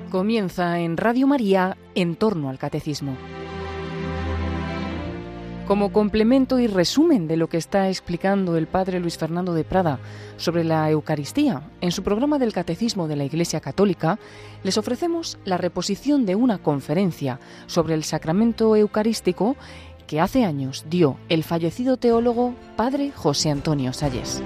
Comienza en Radio María En torno al Catecismo. Como complemento y resumen de lo que está explicando el padre Luis Fernando de Prada sobre la Eucaristía en su programa del Catecismo de la Iglesia Católica, les ofrecemos la reposición de una conferencia sobre el sacramento eucarístico que hace años dio el fallecido teólogo padre José Antonio Salles.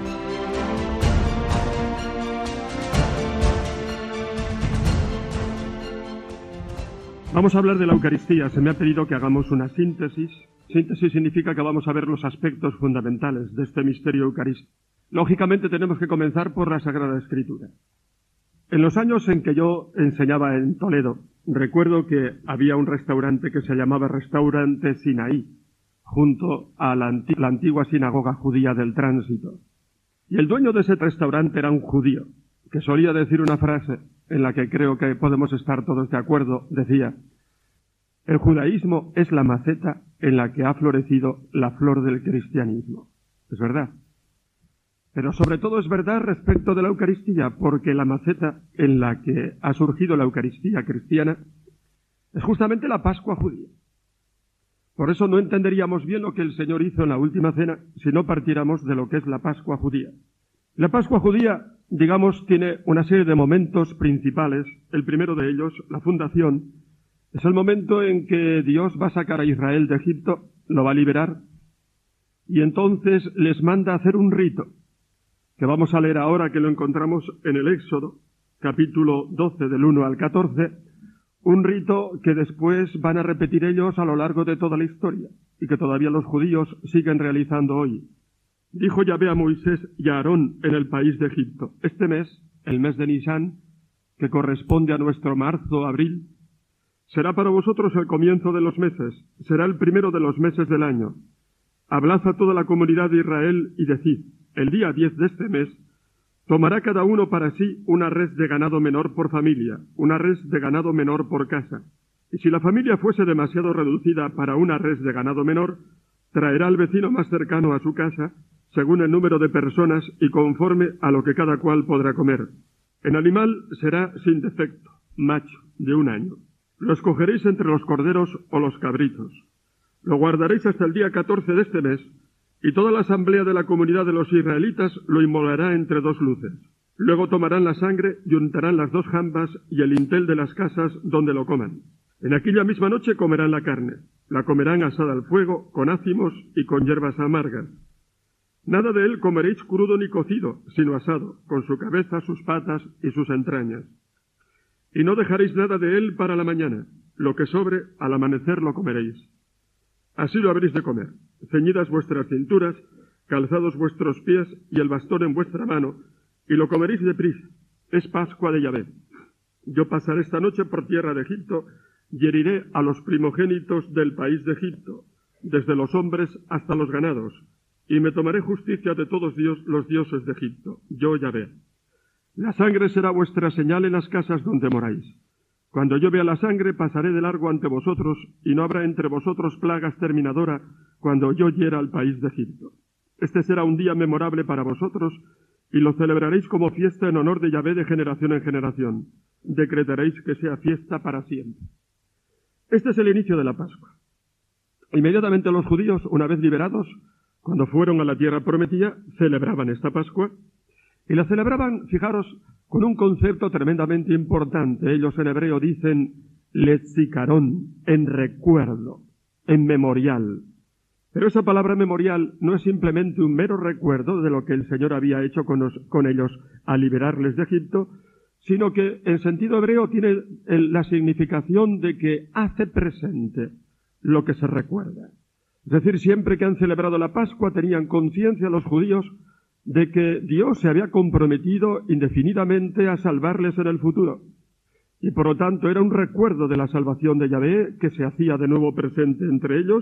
Vamos a hablar de la Eucaristía. Se me ha pedido que hagamos una síntesis. Síntesis significa que vamos a ver los aspectos fundamentales de este misterio eucarístico. Lógicamente tenemos que comenzar por la Sagrada Escritura. En los años en que yo enseñaba en Toledo, recuerdo que había un restaurante que se llamaba Restaurante Sinaí, junto a la antigua sinagoga judía del Tránsito. Y el dueño de ese restaurante era un judío, que solía decir una frase en la que creo que podemos estar todos de acuerdo. Decía: el judaísmo es la maceta en la que ha florecido la flor del cristianismo. Es verdad. Pero sobre todo es verdad respecto de la Eucaristía, porque la maceta en la que ha surgido la Eucaristía cristiana es justamente la Pascua judía. Por eso no entenderíamos bien lo que el Señor hizo en la última cena si no partiéramos de lo que es la Pascua judía. La Pascua judía, digamos, tiene una serie de momentos principales. El primero de ellos, la fundación, es el momento en que Dios va a sacar a Israel de Egipto, lo va a liberar, y entonces les manda hacer un rito, que vamos a leer ahora, que lo encontramos en el Éxodo, capítulo 12, del 1 al 14, un rito que después van a repetir ellos a lo largo de toda la historia, y que todavía los judíos siguen realizando hoy. Dijo Yahvé a Moisés y a Aarón en el país de Egipto: este mes, el mes de Nisán, que corresponde a nuestro marzo-abril, será para vosotros el comienzo de los meses, será el primero de los meses del año. Hablad a toda la comunidad de Israel y decid: el día 10 de este mes tomará cada uno para sí una res de ganado menor por familia, una res de ganado menor por casa. Y si la familia fuese demasiado reducida para una res de ganado menor, traerá al vecino más cercano a su casa, según el número de personas y conforme a lo que cada cual podrá comer. El animal será sin defecto, macho, de 1 año. Lo escogeréis entre los corderos o los cabritos. Lo guardaréis hasta el día 14 de este mes, y toda la asamblea de la comunidad de los israelitas lo inmolará entre 2 luces. Luego tomarán la sangre y untarán las 2 jambas y el dintel de las casas donde lo coman. En aquella misma noche comerán la carne. La comerán asada al fuego, con ácimos y con hierbas amargas. Nada de él comeréis crudo ni cocido, sino asado, con su cabeza, sus patas y sus entrañas. Y no dejaréis nada de él para la mañana. Lo que sobre, al amanecer lo comeréis. Así lo habréis de comer: ceñidas vuestras cinturas, calzados vuestros pies y el bastón en vuestra mano, y lo comeréis deprisa. Es Pascua de Yahvé. Yo pasaré esta noche por tierra de Egipto y heriré a los primogénitos del país de Egipto, desde los hombres hasta los ganados, y me tomaré justicia de todos los dioses de Egipto. Yo Yahvé. La sangre será vuestra señal en las casas donde moráis. Cuando yo vea la sangre, pasaré de largo ante vosotros, y no habrá entre vosotros plaga exterminadora cuando yo hiera al país de Egipto. Este será un día memorable para vosotros, y lo celebraréis como fiesta en honor de Yahvé de generación en generación. Decretaréis que sea fiesta para siempre. Este es el inicio de la Pascua. Inmediatamente los judíos, una vez liberados, cuando fueron a la tierra prometida, celebraban esta Pascua, y la celebraban, fijaros, con un concepto tremendamente importante. Ellos en hebreo dicen lexicárón, en recuerdo, en memorial. Pero esa palabra memorial no es simplemente un mero recuerdo de lo que el Señor había hecho con ellos al liberarles de Egipto, sino que en sentido hebreo tiene la significación de que hace presente lo que se recuerda. Es decir, siempre que han celebrado la Pascua tenían conciencia los judíos de que Dios se había comprometido indefinidamente a salvarles en el futuro. Y por lo tanto era un recuerdo de la salvación de Yahvé que se hacía de nuevo presente entre ellos,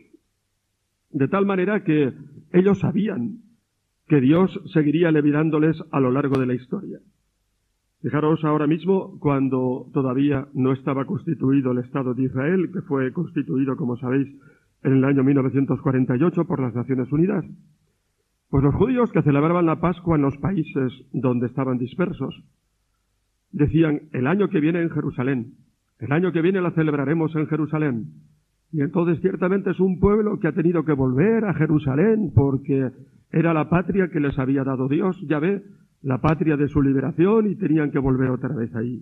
de tal manera que ellos sabían que Dios seguiría liberándoles a lo largo de la historia. Fijaros ahora mismo, cuando todavía no estaba constituido el Estado de Israel, que fue constituido, como sabéis, en el año 1948 por las Naciones Unidas, pues los judíos que celebraban la Pascua en los países donde estaban dispersos decían, el año que viene en Jerusalén, el año que viene la celebraremos en Jerusalén. Y entonces ciertamente es un pueblo que ha tenido que volver a Jerusalén porque era la patria que les había dado Dios, Yahvé, la patria de su liberación, y tenían que volver otra vez ahí.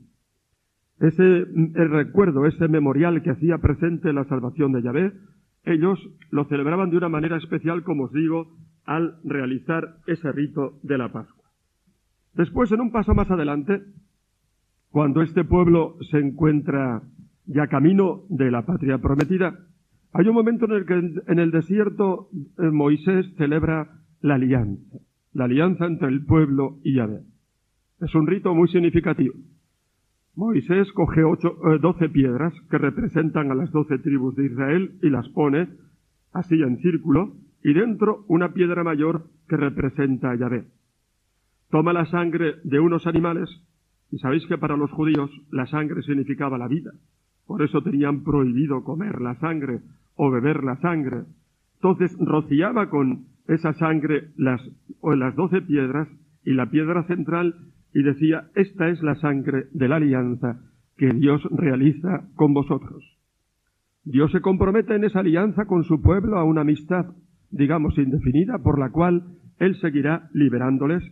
El recuerdo, ese memorial que hacía presente la salvación de Yahvé, ellos lo celebraban de una manera especial, como os digo, al realizar ese rito de la Pascua. Después, en un paso más adelante, cuando este pueblo se encuentra ya camino de la patria prometida, hay un momento en el que en el desierto Moisés celebra la alianza entre el pueblo y Yahvé. Es un rito muy significativo. Moisés coge 12 piedras que representan a las 12 tribus de Israel y las pone así en círculo, y dentro una piedra mayor que representa a Yahvé. Toma la sangre de unos animales, y sabéis que para los judíos la sangre significaba la vida. Por eso tenían prohibido comer la sangre o beber la sangre. Entonces rociaba con esa sangre las 12 piedras y la piedra central, y decía, esta es la sangre de la alianza que Dios realiza con vosotros. Dios se compromete en esa alianza con su pueblo a una amistad, digamos, indefinida, por la cual Él seguirá liberándoles.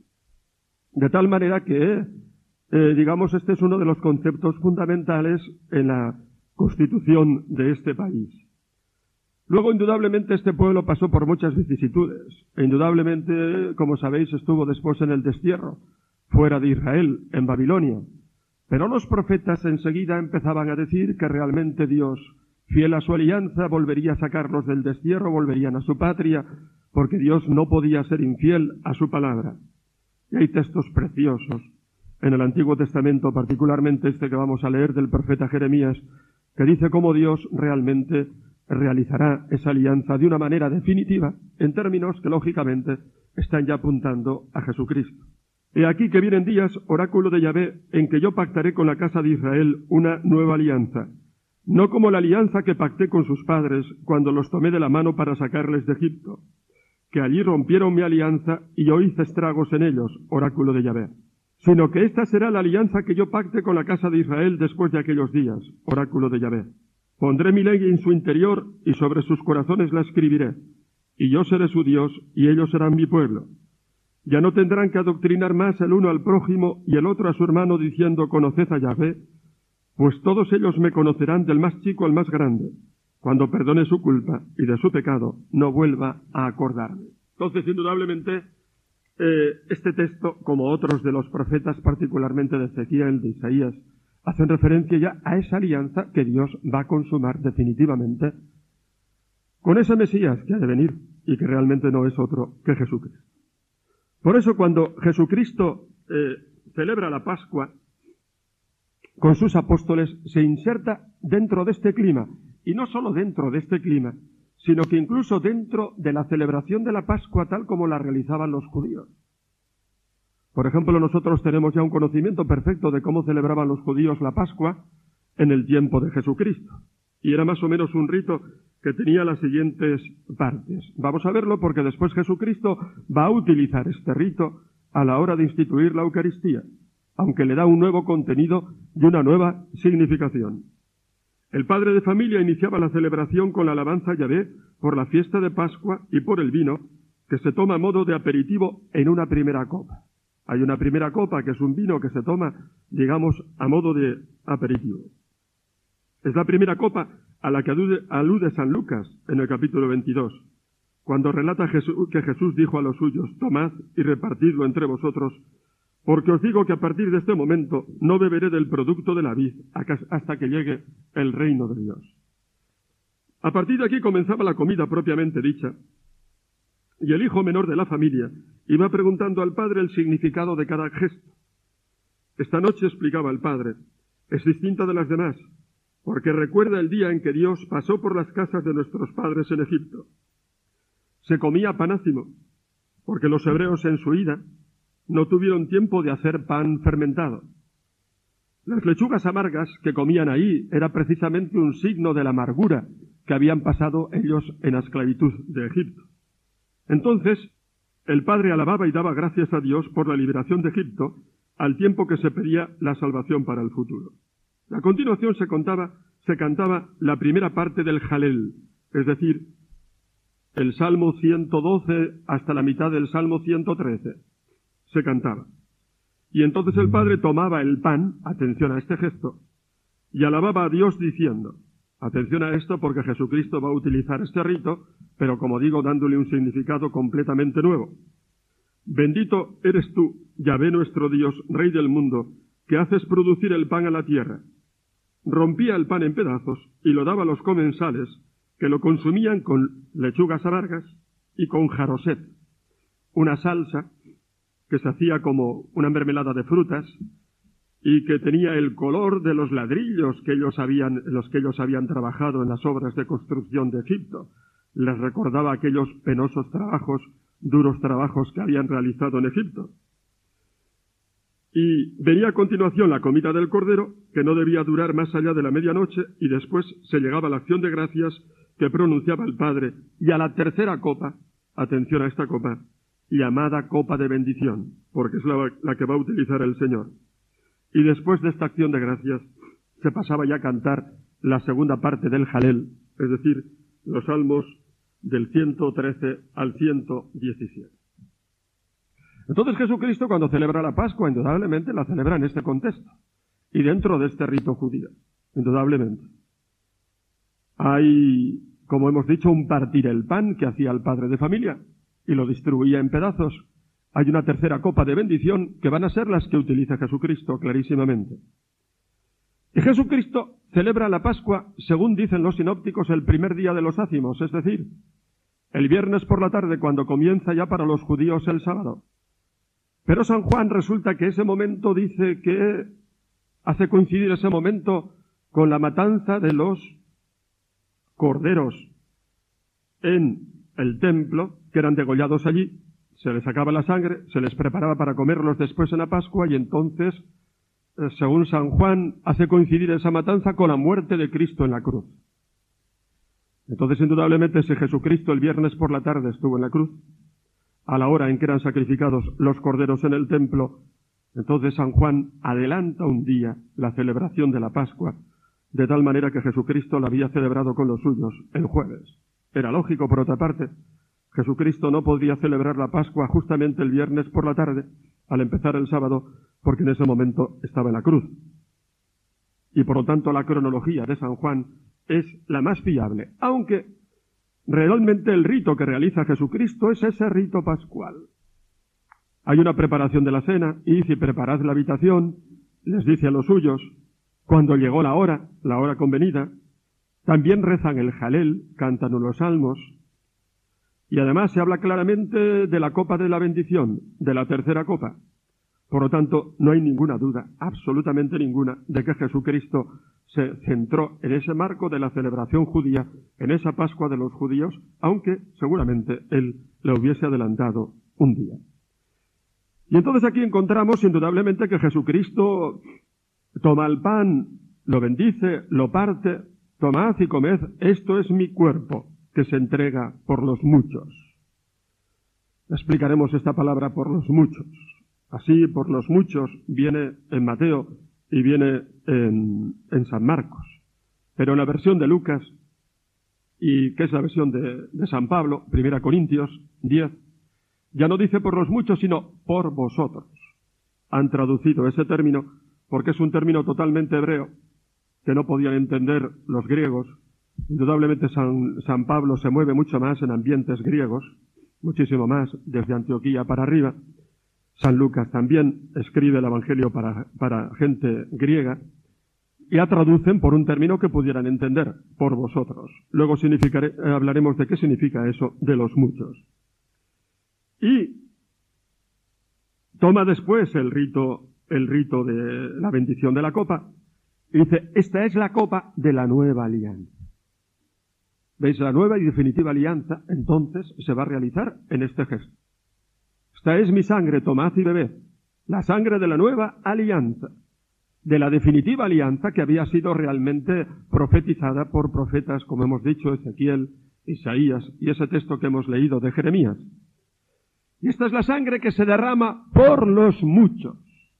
De tal manera que, digamos, este es uno de los conceptos fundamentales en la constitución de este país. Luego, indudablemente, este pueblo pasó por muchas vicisitudes. E indudablemente, como sabéis, estuvo después en el destierro, fuera de Israel, en Babilonia. Pero los profetas enseguida empezaban a decir que realmente Dios, fiel a su alianza, volvería a sacarlos del destierro, volverían a su patria, porque Dios no podía ser infiel a su palabra. Y hay textos preciosos en el Antiguo Testamento, particularmente este que vamos a leer del profeta Jeremías, que dice cómo Dios realmente realizará esa alianza de una manera definitiva, en términos que lógicamente están ya apuntando a Jesucristo. He aquí que vienen días, oráculo de Yahvé, en que yo pactaré con la casa de Israel una nueva alianza, no como la alianza que pacté con sus padres cuando los tomé de la mano para sacarles de Egipto, que allí rompieron mi alianza y yo hice estragos en ellos, oráculo de Yahvé, sino que esta será la alianza que yo pacte con la casa de Israel después de aquellos días, oráculo de Yahvé. Pondré mi ley en su interior y sobre sus corazones la escribiré, y yo seré su Dios y ellos serán mi pueblo. Ya no tendrán que adoctrinar más el uno al prójimo y el otro a su hermano diciendo, conoced a Yahvé, pues todos ellos me conocerán del más chico al más grande, cuando perdone su culpa y de su pecado no vuelva a acordarme. Entonces, indudablemente, este texto, como otros de los profetas, particularmente de Ezequiel, de Isaías, hacen referencia ya a esa alianza que Dios va a consumar definitivamente con ese Mesías que ha de venir y que realmente no es otro que Jesucristo. Por eso, cuando Jesucristo celebra la Pascua con sus apóstoles, se inserta dentro de este clima, y no solo dentro de este clima, sino que incluso dentro de la celebración de la Pascua tal como la realizaban los judíos. Por ejemplo, nosotros tenemos ya un conocimiento perfecto de cómo celebraban los judíos la Pascua en el tiempo de Jesucristo. Y era más o menos un rito que tenía las siguientes partes. Vamos a verlo porque después Jesucristo va a utilizar este rito a la hora de instituir la Eucaristía, aunque le da un nuevo contenido y una nueva significación. El padre de familia iniciaba la celebración con la alabanza a Yahvé por la fiesta de Pascua y por el vino, que se toma a modo de aperitivo en una primera copa. Hay una primera copa que es un vino que se toma, digamos, a modo de aperitivo. Es la primera copa a la que alude San Lucas en el capítulo 22, cuando relata que Jesús dijo a los suyos, tomad y repartidlo entre vosotros, porque os digo que a partir de este momento no beberé del producto de la vid hasta que llegue el reino de Dios. A partir de aquí comenzaba la comida propiamente dicha, y el hijo menor de la familia iba preguntando al padre el significado de cada gesto. Esta noche, explicaba el padre, es distinta de las demás, porque recuerda el día en que Dios pasó por las casas de nuestros padres en Egipto. Se comía pan ácimo, porque los hebreos en su ida no tuvieron tiempo de hacer pan fermentado. Las lechugas amargas que comían ahí era precisamente un signo de la amargura que habían pasado ellos en la esclavitud de Egipto. Entonces, el padre alababa y daba gracias a Dios por la liberación de Egipto, al tiempo que se pedía la salvación para el futuro. A continuación se cantaba la primera parte del Jalel, es decir, el Salmo 112 hasta la mitad del Salmo 113. Se cantaba. Y entonces el Padre tomaba el pan, atención a este gesto, y alababa a Dios diciendo, atención a esto porque Jesucristo va a utilizar este rito, pero como digo, dándole un significado completamente nuevo. Bendito eres tú, Yahvé nuestro Dios, Rey del mundo, que haces producir el pan a la tierra. Rompía el pan en pedazos y lo daba a los comensales, que lo consumían con lechugas amargas y con jaroset, una salsa que se hacía como una mermelada de frutas y que tenía el color de los ladrillos en los que ellos habían trabajado en las obras de construcción de Egipto. Les recordaba aquellos penosos trabajos, duros trabajos que habían realizado en Egipto. Y venía a continuación la comida del Cordero, que no debía durar más allá de la medianoche, y después se llegaba a la acción de gracias que pronunciaba el Padre, y a la tercera copa, atención a esta copa, llamada copa de bendición, porque es la que va a utilizar el Señor. Y después de esta acción de gracias, se pasaba ya a cantar la segunda parte del Jalel, es decir, los salmos del 113 al 117. Entonces Jesucristo, cuando celebra la Pascua, indudablemente la celebra en este contexto y dentro de este rito judío, indudablemente. Hay, como hemos dicho, un partir el pan que hacía el padre de familia y lo distribuía en pedazos. Hay una tercera copa de bendición que van a ser las que utiliza Jesucristo clarísimamente. Y Jesucristo celebra la Pascua, según dicen los sinópticos, el primer día de los ácimos, es decir, el viernes por la tarde, cuando comienza ya para los judíos el sábado. Pero San Juan resulta que ese momento dice que hace coincidir ese momento con la matanza de los corderos en el templo, que eran degollados allí, se les sacaba la sangre, se les preparaba para comerlos después en la Pascua y entonces, según San Juan, hace coincidir esa matanza con la muerte de Cristo en la cruz. Entonces, indudablemente, si Jesucristo el viernes por la tarde estuvo en la cruz, a la hora en que eran sacrificados los corderos en el templo, entonces San Juan adelanta un día la celebración de la Pascua, de tal manera que Jesucristo la había celebrado con los suyos el jueves. Era lógico, por otra parte, Jesucristo no podría celebrar la Pascua justamente el viernes por la tarde, al empezar el sábado, porque en ese momento estaba en la cruz. Y por lo tanto la cronología de San Juan es la más fiable, aunque realmente el rito que realiza Jesucristo es ese rito pascual. Hay una preparación de la cena, y si preparad la habitación, les dice a los suyos, cuando llegó la hora convenida, también rezan el Jalel, cantan los salmos, y además se habla claramente de la copa de la bendición, de la tercera copa. Por lo tanto, no hay ninguna duda, absolutamente ninguna, de que Jesucristo se centró en ese marco de la celebración judía, en esa Pascua de los judíos, aunque seguramente él le hubiese adelantado un día. Y entonces aquí encontramos indudablemente que Jesucristo toma el pan, lo bendice, lo parte, tomad y comed, esto es mi cuerpo, que se entrega por los muchos. Explicaremos esta palabra por los muchos. Así, por los muchos, viene en Mateo y viene en San Marcos. Pero en la versión de Lucas, y que es la versión de San Pablo, 1 Corintios 10, ya no dice por los muchos, sino por vosotros. Han traducido ese término porque es un término totalmente hebreo que no podían entender los griegos. Indudablemente San Pablo se mueve mucho más en ambientes griegos, muchísimo más, desde Antioquía para arriba. San Lucas también escribe el Evangelio para gente griega, y la traducen por un término que pudieran entender, por vosotros. Luego hablaremos de qué significa eso de los muchos. Y toma después el rito de la bendición de la copa, y dice, esta es la copa de la nueva alianza. ¿Veis? La nueva y definitiva alianza, entonces, se va a realizar en este gesto. Esta es mi sangre, tomad y bebed. La sangre de la nueva alianza, de la definitiva alianza que había sido realmente profetizada por profetas, como hemos dicho, Ezequiel, Isaías y ese texto que hemos leído de Jeremías. Y esta es la sangre que se derrama por los muchos.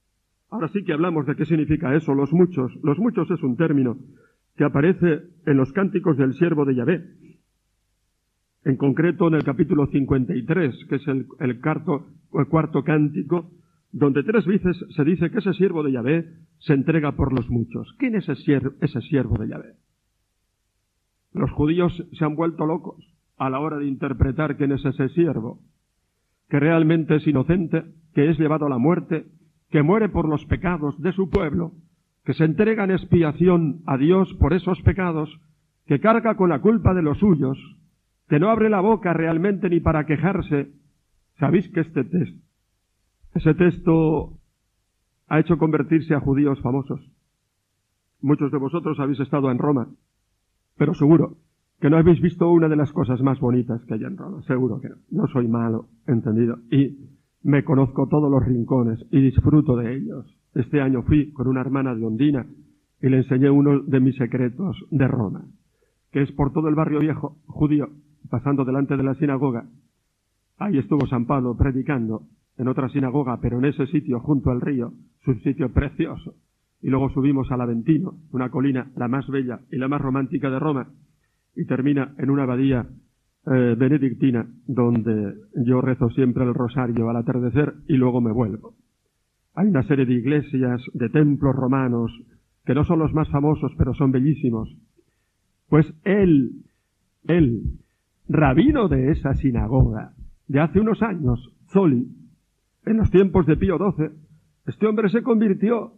Ahora sí que hablamos de qué significa eso, los muchos. Los muchos es un término que aparece en los cánticos del siervo de Yahvé. En concreto en el capítulo 53, que es el cuarto cántico, donde 3 veces se dice que ese siervo de Yahvé se entrega por los muchos. ¿Quién es ese siervo de Yahvé? Los judíos se han vuelto locos a la hora de interpretar quién es ese siervo, que realmente es inocente, que es llevado a la muerte, que muere por los pecados de su pueblo, que se entrega en expiación a Dios por esos pecados, que carga con la culpa de los suyos, que no abre la boca realmente ni para quejarse. ¿Sabéis que ese texto ha hecho convertirse a judíos famosos? Muchos de vosotros habéis estado en Roma, pero seguro que no habéis visto una de las cosas más bonitas que hay en Roma. Seguro que no. No soy malo, entendido. Y me conozco todos los rincones y disfruto de ellos. Este año fui con una hermana de Ondina y le enseñé uno de mis secretos de Roma, que es por todo el barrio viejo judío, pasando delante de la sinagoga. Ahí estuvo San Pablo predicando, en otra sinagoga, pero en ese sitio junto al río, es un sitio precioso. Y luego subimos al Aventino, una colina la más bella y la más romántica de Roma, y termina en una abadía benedictina, donde yo rezo siempre el rosario al atardecer y luego me vuelvo. Hay una serie de iglesias, de templos romanos, que no son los más famosos, pero son bellísimos. Pues él, rabino de esa sinagoga, de hace unos años, Zoli, en los tiempos de Pío XII, este hombre se convirtió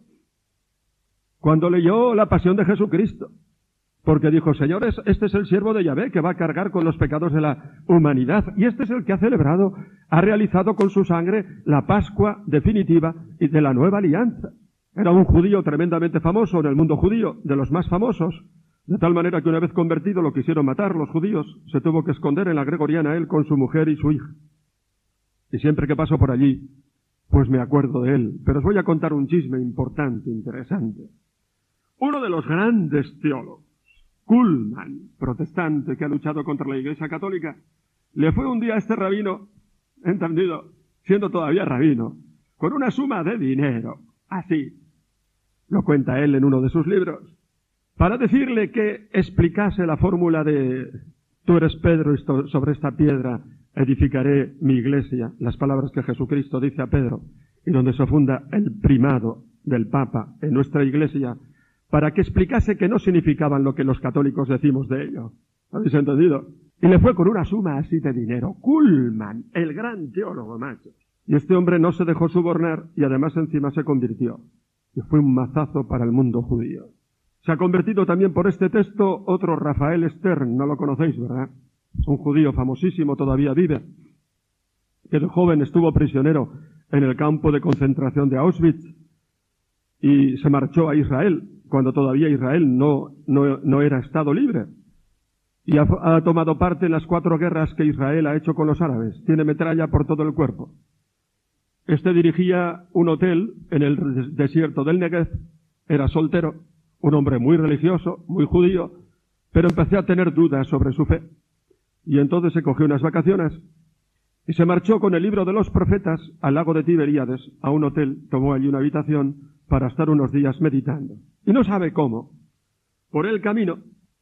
cuando leyó la pasión de Jesucristo. Porque dijo, señores, este es el siervo de Yahvé que va a cargar con los pecados de la humanidad. Y este es el que ha realizado con su sangre la Pascua definitiva y de la nueva alianza. Era un judío tremendamente famoso en el mundo judío, de los más famosos. De tal manera que una vez convertido lo quisieron matar los judíos. Se tuvo que esconder en la Gregoriana él con su mujer y su hija. Y siempre que paso por allí, pues me acuerdo de él. Pero os voy a contar un chisme importante, interesante. Uno de los grandes teólogos, Cullmann, protestante, que ha luchado contra la Iglesia Católica, le fue un día a este rabino, entendido, siendo todavía rabino, con una suma de dinero, así, lo cuenta él en uno de sus libros, para decirle que explicase la fórmula de tú eres Pedro y sobre esta piedra edificaré mi iglesia, las palabras que Jesucristo dice a Pedro, y donde se funda el primado del Papa en nuestra iglesia, para que explicase que no significaban lo que los católicos decimos de ello. ¿Habéis entendido? Y le fue con una suma así de dinero. Cullmann, el gran teólogo, macho. Y este hombre no se dejó sobornar y además encima se convirtió. Y fue un mazazo para el mundo judío. Se ha convertido también por este texto otro Rafael Stern, no lo conocéis, ¿verdad? Un judío famosísimo, todavía vive, que de joven estuvo prisionero en el campo de concentración de Auschwitz y se marchó a Israel, cuando todavía Israel no era Estado libre. Y ha tomado parte en las 4 guerras que Israel ha hecho con los árabes. Tiene metralla por todo el cuerpo. Este dirigía un hotel en el desierto del Negev. Era soltero, un hombre muy religioso, muy judío, pero empecé a tener dudas sobre su fe. Y entonces se cogió unas vacaciones y se marchó con el libro de los profetas al lago de Tiberíades, a un hotel, tomó allí una habitación para estar unos días meditando. Y no sabe cómo. Por el camino,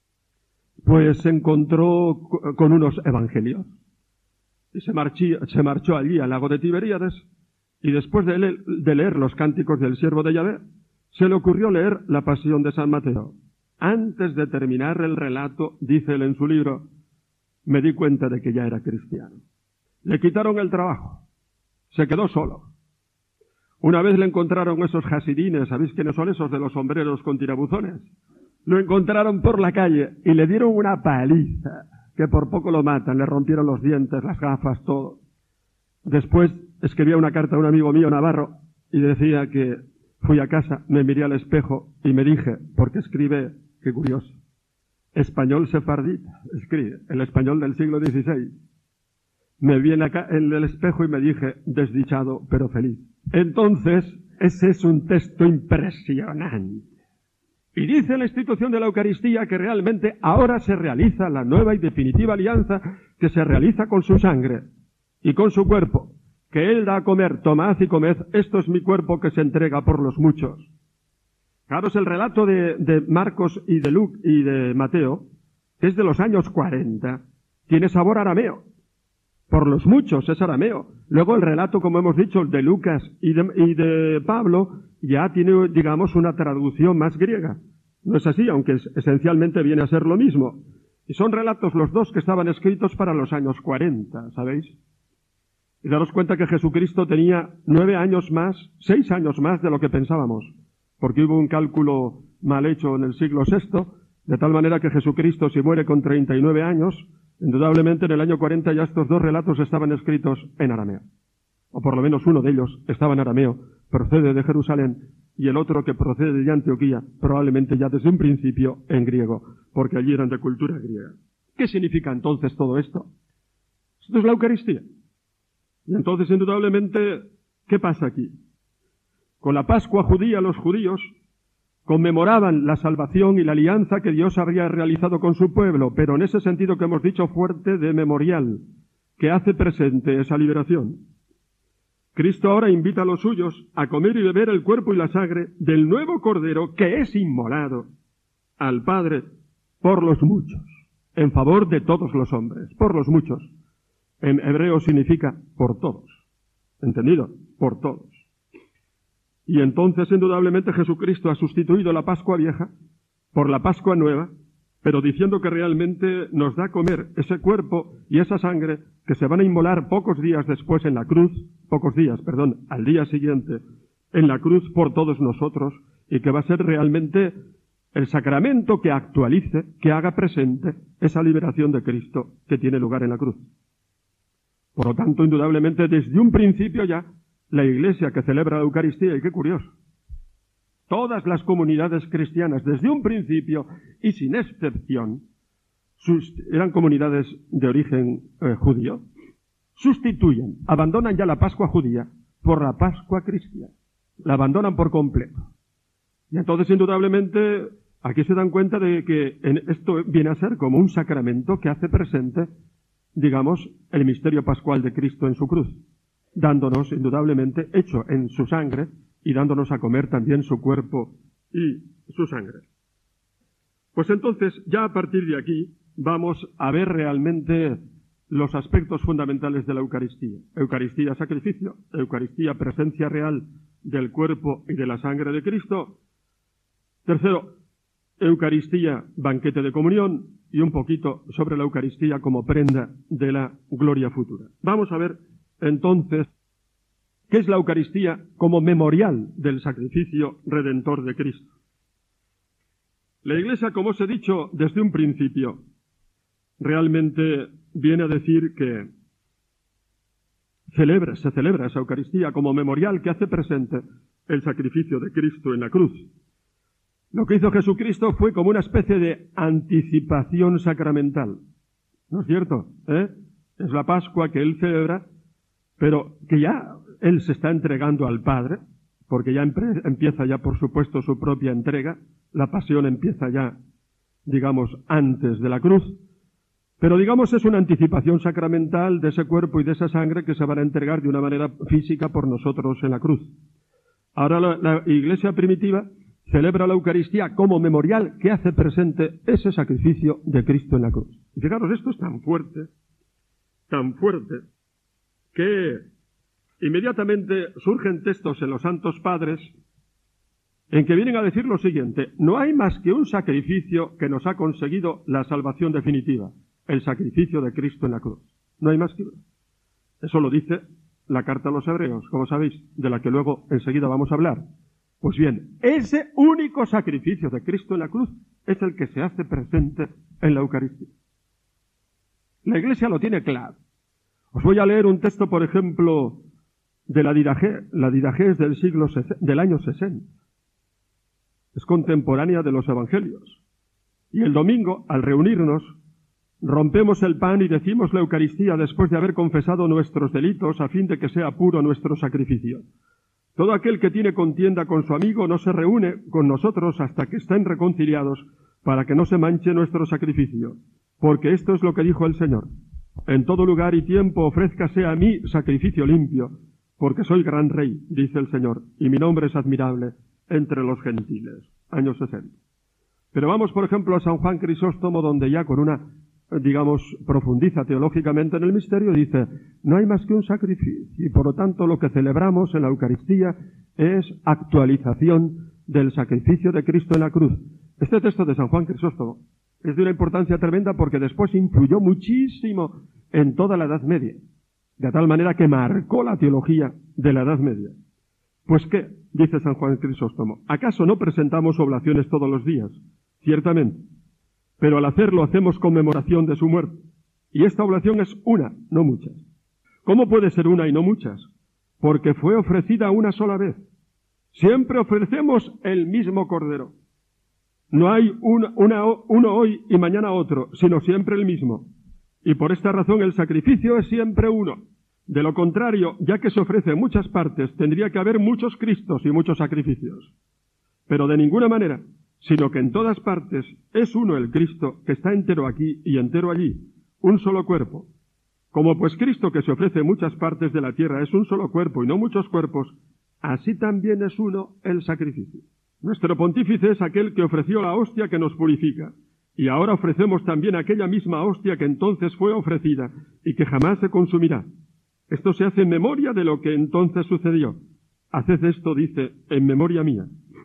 pues se encontró con unos evangelios. Y se marchó allí al lago de Tiberíades, y después de leer los cánticos del siervo de Yahvé, se le ocurrió leer la Pasión de San Mateo. Antes de terminar el relato, dice él en su libro, me di cuenta de que ya era cristiano. Le quitaron el trabajo. Se quedó solo. Una vez le encontraron esos hasidines, ¿sabéis quiénes son esos de los sombreros con tirabuzones? Lo encontraron por la calle y le dieron una paliza, que por poco lo matan, le rompieron los dientes, las gafas, todo. Después escribía una carta a un amigo mío, Navarro, y decía que fui a casa, me miré al espejo y me dije, porque escribe, qué curioso, español sefardita, escribe, el español del siglo XVI. Me vi en el espejo y me dije, desdichado pero feliz. Entonces, ese es un texto impresionante. Y dice la institución de la Eucaristía que realmente ahora se realiza la nueva y definitiva alianza que se realiza con su sangre y con su cuerpo, que Él da a comer, tomad y comed, esto es mi cuerpo que se entrega por los muchos. Claro, es el relato de Marcos y de Luke y de Mateo, que es de los años 40, tiene sabor arameo. Por los muchos es arameo. Luego el relato, como hemos dicho, de Lucas y de Pablo, ya tiene, digamos, una traducción más griega. No es así, aunque esencialmente viene a ser lo mismo. Y son relatos los dos que estaban escritos para los años 40, ¿sabéis? Y daros cuenta que Jesucristo tenía 6 años más de lo que pensábamos, porque hubo un cálculo mal hecho en el siglo VI, de tal manera que Jesucristo, si muere con 39 años, indudablemente en el año 40 ya estos 2 relatos estaban escritos en arameo. O por lo menos uno de ellos estaba en arameo, procede de Jerusalén, y el otro, que procede de Antioquía, probablemente ya desde un principio en griego, porque allí eran de cultura griega. ¿Qué significa entonces todo esto? Esto es la Eucaristía. Y entonces, indudablemente, ¿qué pasa aquí? Con la Pascua judía, los judíos conmemoraban la salvación y la alianza que Dios había realizado con su pueblo, pero en ese sentido que hemos dicho fuerte de memorial, que hace presente esa liberación. Cristo ahora invita a los suyos a comer y beber el cuerpo y la sangre del nuevo Cordero que es inmolado al Padre por los muchos, en favor de todos los hombres, por los muchos. En hebreo significa por todos. ¿Entendido? Por todos. Y entonces, indudablemente, Jesucristo ha sustituido la Pascua vieja por la Pascua nueva, pero diciendo que realmente nos da a comer ese cuerpo y esa sangre que se van a inmolar pocos días después en la cruz, al día siguiente, en la cruz por todos nosotros, y que va a ser realmente el sacramento que actualice, que haga presente esa liberación de Cristo que tiene lugar en la cruz. Por lo tanto, indudablemente, desde un principio ya, la Iglesia que celebra la Eucaristía, y qué curioso, todas las comunidades cristianas, desde un principio y sin excepción, eran comunidades de origen judío, abandonan ya la Pascua judía por la Pascua cristiana. La abandonan por completo. Y entonces, indudablemente, aquí se dan cuenta de que esto viene a ser como un sacramento que hace presente, digamos, el misterio pascual de Cristo en su cruz, dándonos, indudablemente, hecho en su sangre, y dándonos a comer también su cuerpo y su sangre. Pues entonces, ya a partir de aquí, vamos a ver realmente los aspectos fundamentales de la Eucaristía. Eucaristía, sacrificio. Eucaristía, presencia real del cuerpo y de la sangre de Cristo. Tercero, Eucaristía, banquete de comunión, y un poquito sobre la Eucaristía como prenda de la gloria futura. Vamos a ver, entonces, ¿qué es la Eucaristía como memorial del sacrificio redentor de Cristo? La Iglesia, como os he dicho desde un principio, realmente viene a decir que se celebra esa Eucaristía como memorial que hace presente el sacrificio de Cristo en la cruz. Lo que hizo Jesucristo fue como una especie de anticipación sacramental. ¿No es cierto? Es la Pascua que Él celebra, pero que ya Él se está entregando al Padre, porque ya empieza ya, por supuesto, su propia entrega. La pasión empieza ya, digamos, antes de la cruz. Pero, digamos, es una anticipación sacramental de ese cuerpo y de esa sangre que se van a entregar de una manera física por nosotros en la cruz. Ahora la Iglesia primitiva celebra la Eucaristía como memorial que hace presente ese sacrificio de Cristo en la cruz. Y fijaros, esto es tan fuerte, que inmediatamente surgen textos en los Santos Padres en que vienen a decir lo siguiente: no hay más que un sacrificio que nos ha conseguido la salvación definitiva, el sacrificio de Cristo en la cruz. No hay más que uno. Eso lo dice la carta a los Hebreos, como sabéis, de la que luego enseguida vamos a hablar. Pues bien, ese único sacrificio de Cristo en la cruz es el que se hace presente en la Eucaristía. La Iglesia lo tiene claro. Os voy a leer un texto, por ejemplo, de la Didaché es del año 60. Es contemporánea de los Evangelios. Y el domingo, al reunirnos, rompemos el pan y decimos la Eucaristía después de haber confesado nuestros delitos a fin de que sea puro nuestro sacrificio. Todo aquel que tiene contienda con su amigo no se reúne con nosotros hasta que estén reconciliados para que no se manche nuestro sacrificio. Porque esto es lo que dijo el Señor: En todo lugar y tiempo ofrézcase a mí sacrificio limpio, porque soy gran rey, dice el Señor, y mi nombre es admirable entre los gentiles. Años 60. Pero vamos, por ejemplo, a San Juan Crisóstomo, donde ya con una, profundiza teológicamente en el misterio, dice, no hay más que un sacrificio, y por lo tanto lo que celebramos en la Eucaristía es actualización del sacrificio de Cristo en la cruz. Este texto de San Juan Crisóstomo es de una importancia tremenda porque después influyó muchísimo en toda la Edad Media, de tal manera que marcó la teología de la Edad Media. Pues ¿qué? Dice San Juan Crisóstomo, ¿acaso no presentamos oblaciones todos los días? Ciertamente, pero al hacerlo hacemos conmemoración de su muerte. Y esta oblación es una, no muchas. ¿Cómo puede ser una y no muchas? Porque fue ofrecida una sola vez. Siempre ofrecemos el mismo cordero. No hay uno hoy y mañana otro, sino siempre el mismo. Y por esta razón el sacrificio es siempre uno. De lo contrario, ya que se ofrece en muchas partes, tendría que haber muchos Cristos y muchos sacrificios. Pero de ninguna manera, sino que en todas partes es uno el Cristo que está entero aquí y entero allí, un solo cuerpo. Como pues Cristo que se ofrece en muchas partes de la tierra es un solo cuerpo y no muchos cuerpos, así también es uno el sacrificio. Nuestro pontífice es aquel que ofreció la hostia que nos purifica, y ahora ofrecemos también aquella misma hostia que entonces fue ofrecida y que jamás se consumirá. Esto se hace en memoria de lo que entonces sucedió. Haced esto, dice, en memoria mía.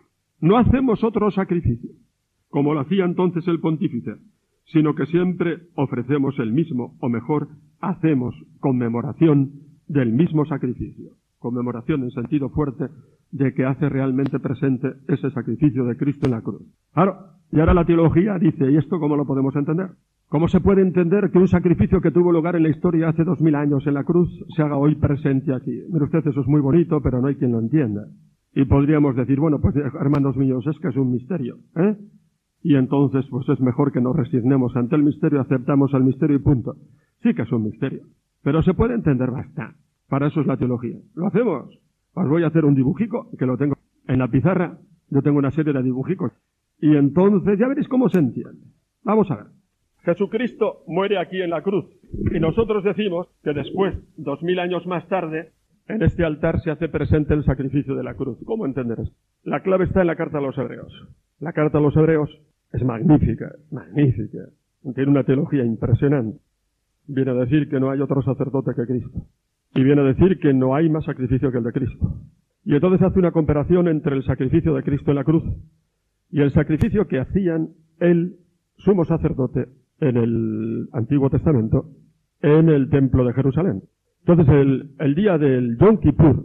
No hacemos otro sacrificio, como lo hacía entonces el pontífice, sino que siempre ofrecemos el mismo, o mejor, hacemos conmemoración del mismo sacrificio. Conmemoración en sentido fuerte de que hace realmente presente ese sacrificio de Cristo en la cruz. Claro, y ahora la teología dice, ¿y esto cómo lo podemos entender? ¿Cómo se puede entender que un sacrificio que tuvo lugar en la historia hace 2000 años en la cruz se haga hoy presente aquí? Mire usted, eso es muy bonito, pero no hay quien lo entienda. Y podríamos decir, bueno, pues hermanos míos, es que es un misterio, ¿eh? Y entonces, pues es mejor que nos resignemos ante el misterio, aceptamos el misterio y punto. Sí que es un misterio, pero se puede entender bastante. Para eso es la teología. ¿Lo hacemos? Os voy a hacer un dibujico, que lo tengo en la pizarra. Yo tengo una serie de dibujicos. Y entonces ya veréis cómo se entiende. Vamos a ver. Jesucristo muere aquí en la cruz. Y nosotros decimos que después, 2000 años más tarde, en este altar se hace presente el sacrificio de la cruz. ¿Cómo entender esto? La clave está en la carta a los Hebreos. La carta a los Hebreos es magnífica, magnífica. Tiene una teología impresionante. Viene a decir que no hay otro sacerdote que Cristo. Y viene a decir que no hay más sacrificio que el de Cristo. Y entonces hace una comparación entre el sacrificio de Cristo en la cruz y el sacrificio que hacían el sumo sacerdote en el Antiguo Testamento en el Templo de Jerusalén. Entonces el día del Yom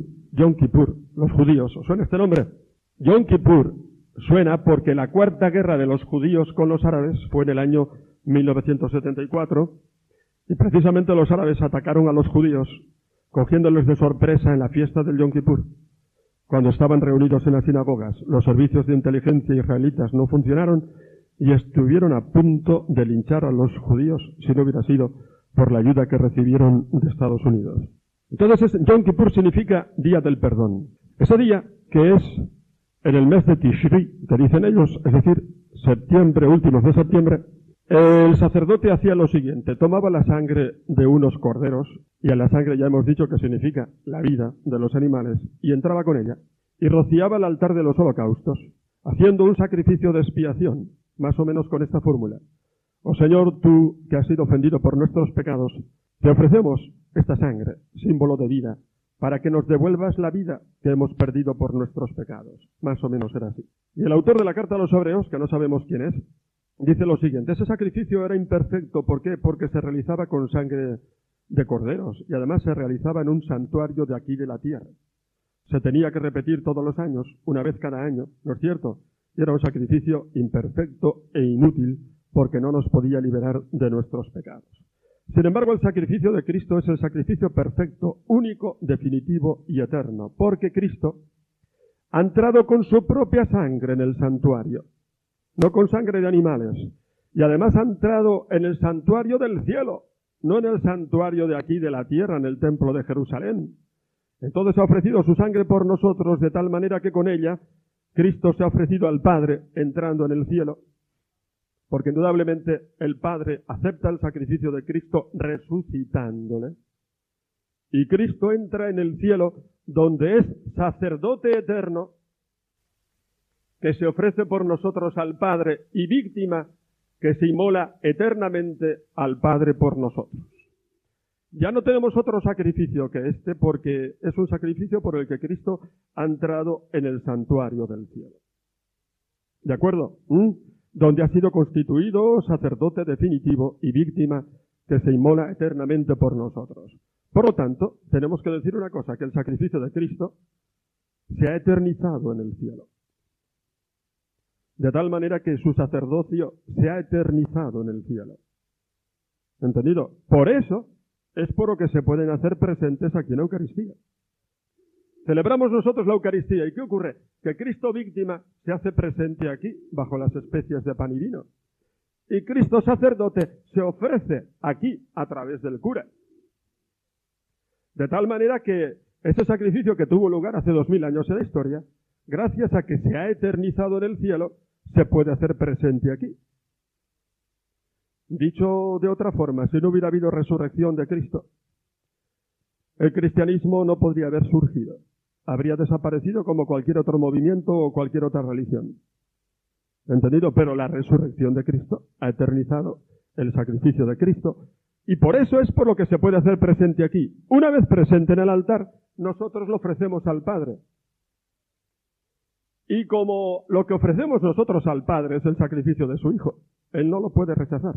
Kippur, los judíos, ¿os suena este nombre? Yom Kippur suena porque la cuarta guerra de los judíos con los árabes fue en el año 1974 y precisamente los árabes atacaron a los judíos cogiéndoles de sorpresa en la fiesta del Yom Kippur. Cuando estaban reunidos en las sinagogas, los servicios de inteligencia israelitas no funcionaron y estuvieron a punto de linchar a los judíos si no hubiera sido por la ayuda que recibieron de Estados Unidos. Entonces, Yom Kippur significa Día del Perdón. Ese día, que es en el mes de Tishri, que dicen ellos, es decir, septiembre, últimos de septiembre, el sacerdote hacía lo siguiente, tomaba la sangre de unos corderos, y en la sangre ya hemos dicho que significa la vida de los animales, y entraba con ella, y rociaba el altar de los holocaustos, haciendo un sacrificio de expiación, más o menos con esta fórmula. Oh Señor, tú que has sido ofendido por nuestros pecados, te ofrecemos esta sangre, símbolo de vida, para que nos devuelvas la vida que hemos perdido por nuestros pecados. Más o menos era así. Y el autor de la carta a los Hebreos, que no sabemos quién es, dice lo siguiente, ese sacrificio era imperfecto, ¿por qué? Porque se realizaba con sangre de corderos y además se realizaba en un santuario de aquí de la tierra. Se tenía que repetir todos los años, una vez cada año, ¿no es cierto? Y era un sacrificio imperfecto e inútil porque no nos podía liberar de nuestros pecados. Sin embargo, el sacrificio de Cristo es el sacrificio perfecto, único, definitivo y eterno, porque Cristo ha entrado con su propia sangre en el santuario, no con sangre de animales, y además ha entrado en el santuario del cielo, no en el santuario de aquí de la tierra, en el templo de Jerusalén. Entonces ha ofrecido su sangre por nosotros, de tal manera que con ella Cristo se ha ofrecido al Padre entrando en el cielo. Porque indudablemente el Padre acepta el sacrificio de Cristo resucitándole. Y Cristo entra en el cielo donde es sacerdote eterno que se ofrece por nosotros al Padre y víctima que se inmola eternamente al Padre por nosotros. Ya no tenemos otro sacrificio que este porque es un sacrificio por el que Cristo ha entrado en el santuario del cielo. ¿De acuerdo? Donde ha sido constituido sacerdote definitivo y víctima que se inmola eternamente por nosotros. Por lo tanto, tenemos que decir una cosa, que el sacrificio de Cristo se ha eternizado en el cielo. De tal manera que su sacerdocio se ha eternizado en el cielo. ¿Entendido? Por eso es por lo que se pueden hacer presentes aquí en la Eucaristía. Celebramos nosotros la Eucaristía. ¿Y qué ocurre? Que Cristo víctima se hace presente aquí, bajo las especies de pan y vino. Y Cristo sacerdote se ofrece aquí, a través del cura. De tal manera que ese sacrificio que tuvo lugar hace 2000 años en la historia, gracias a que se ha eternizado en el cielo, se puede hacer presente aquí. Dicho de otra forma, si no hubiera habido resurrección de Cristo, el cristianismo no podría haber surgido. Habría desaparecido como cualquier otro movimiento o cualquier otra religión. ¿Entendido? Pero la resurrección de Cristo ha eternizado el sacrificio de Cristo. Y por eso es por lo que se puede hacer presente aquí. Una vez presente en el altar, nosotros lo ofrecemos al Padre. Y como lo que ofrecemos nosotros al Padre es el sacrificio de su Hijo, Él no lo puede rechazar.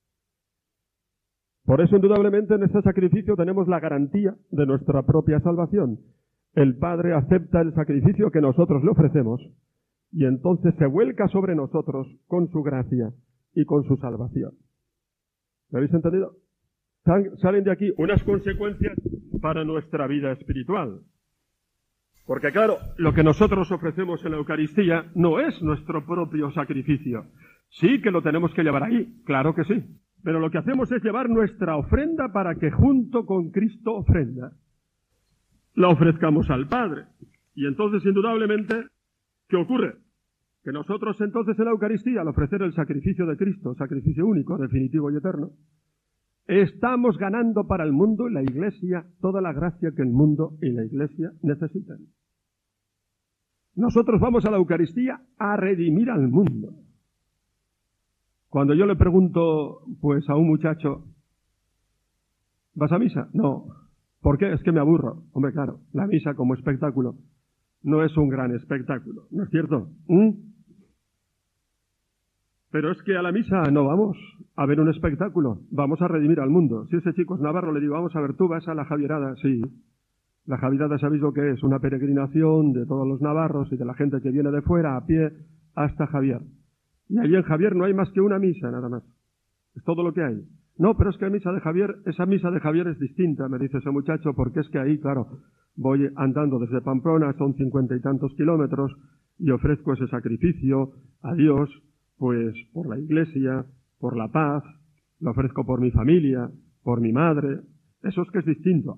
Por eso, indudablemente, en este sacrificio tenemos la garantía de nuestra propia salvación. El Padre acepta el sacrificio que nosotros le ofrecemos y entonces se vuelca sobre nosotros con su gracia y con su salvación. ¿Lo habéis entendido? Salen de aquí unas consecuencias para nuestra vida espiritual. Porque claro, lo que nosotros ofrecemos en la Eucaristía no es nuestro propio sacrificio. Sí que lo tenemos que llevar ahí, claro que sí. Pero lo que hacemos es llevar nuestra ofrenda para que junto con Cristo ofrenda la ofrezcamos al Padre. Y entonces, indudablemente, ¿qué ocurre? Que nosotros entonces en la Eucaristía, al ofrecer el sacrificio de Cristo, sacrificio único, definitivo y eterno, estamos ganando para el mundo y la Iglesia toda la gracia que el mundo y la Iglesia necesitan. Nosotros vamos a la Eucaristía a redimir al mundo. Cuando yo le pregunto, pues, a un muchacho, ¿vas a misa? No. ¿Por qué? Es que me aburro. Hombre, claro, la misa como espectáculo no es un gran espectáculo, ¿no es cierto? Pero es que a la misa no vamos a ver un espectáculo, vamos a redimir al mundo. Si ese chico es navarro, le digo, vamos a ver, ¿tú vas a la Javierada? Sí. La Javierada, ¿sabéis lo que es? Una peregrinación de todos los navarros y de la gente que viene de fuera a pie hasta Javier. Y allí en Javier no hay más que una misa, nada más. Es todo lo que hay. No, pero es que esa misa de Javier es distinta, me dice ese muchacho, porque es que ahí, claro, voy andando desde Pamplona, son 50 y tantos kilómetros, y ofrezco ese sacrificio a Dios, pues por la Iglesia, por la paz, lo ofrezco por mi familia, por mi madre. Eso es que es distinto.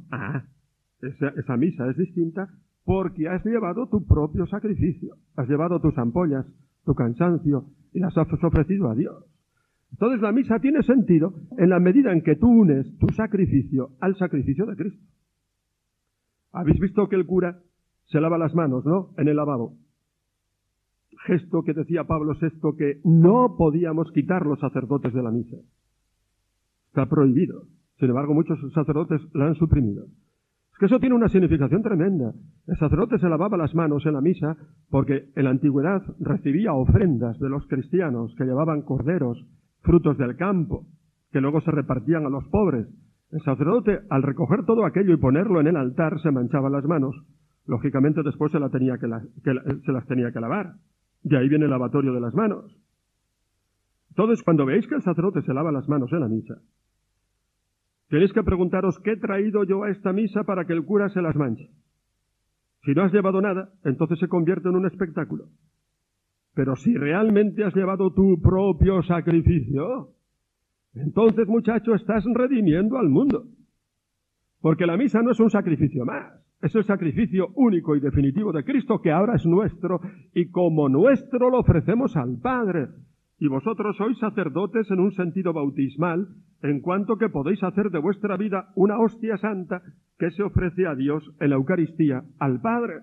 Esa misa es distinta porque has llevado tu propio sacrificio, has llevado tus ampollas, tu cansancio, y las has ofrecido a Dios. Entonces la misa tiene sentido en la medida en que tú unes tu sacrificio al sacrificio de Cristo. Habéis visto que el cura se lava las manos, ¿no? En el lavabo. Gesto que decía Pablo VI que no podíamos quitar los sacerdotes de la misa. Está prohibido. Sin embargo, muchos sacerdotes la han suprimido. Es que eso tiene una significación tremenda. El sacerdote se lavaba las manos en la misa porque en la antigüedad recibía ofrendas de los cristianos que llevaban corderos, frutos del campo, que luego se repartían a los pobres. El sacerdote, al recoger todo aquello y ponerlo en el altar, se manchaba las manos. Lógicamente después se las tenía que lavar. De ahí viene el lavatorio de las manos. Entonces, cuando veáis que el sacerdote se lava las manos en la misa, tenéis que preguntaros, ¿qué he traído yo a esta misa para que el cura se las manche? Si no has llevado nada, entonces se convierte en un espectáculo. Pero si realmente has llevado tu propio sacrificio, entonces, muchacho, estás redimiendo al mundo. Porque la misa no es un sacrificio más. Es el sacrificio único y definitivo de Cristo que ahora es nuestro y como nuestro lo ofrecemos al Padre. Y vosotros sois sacerdotes en un sentido bautismal, en cuanto que podéis hacer de vuestra vida una hostia santa que se ofrece a Dios en la Eucaristía, al Padre.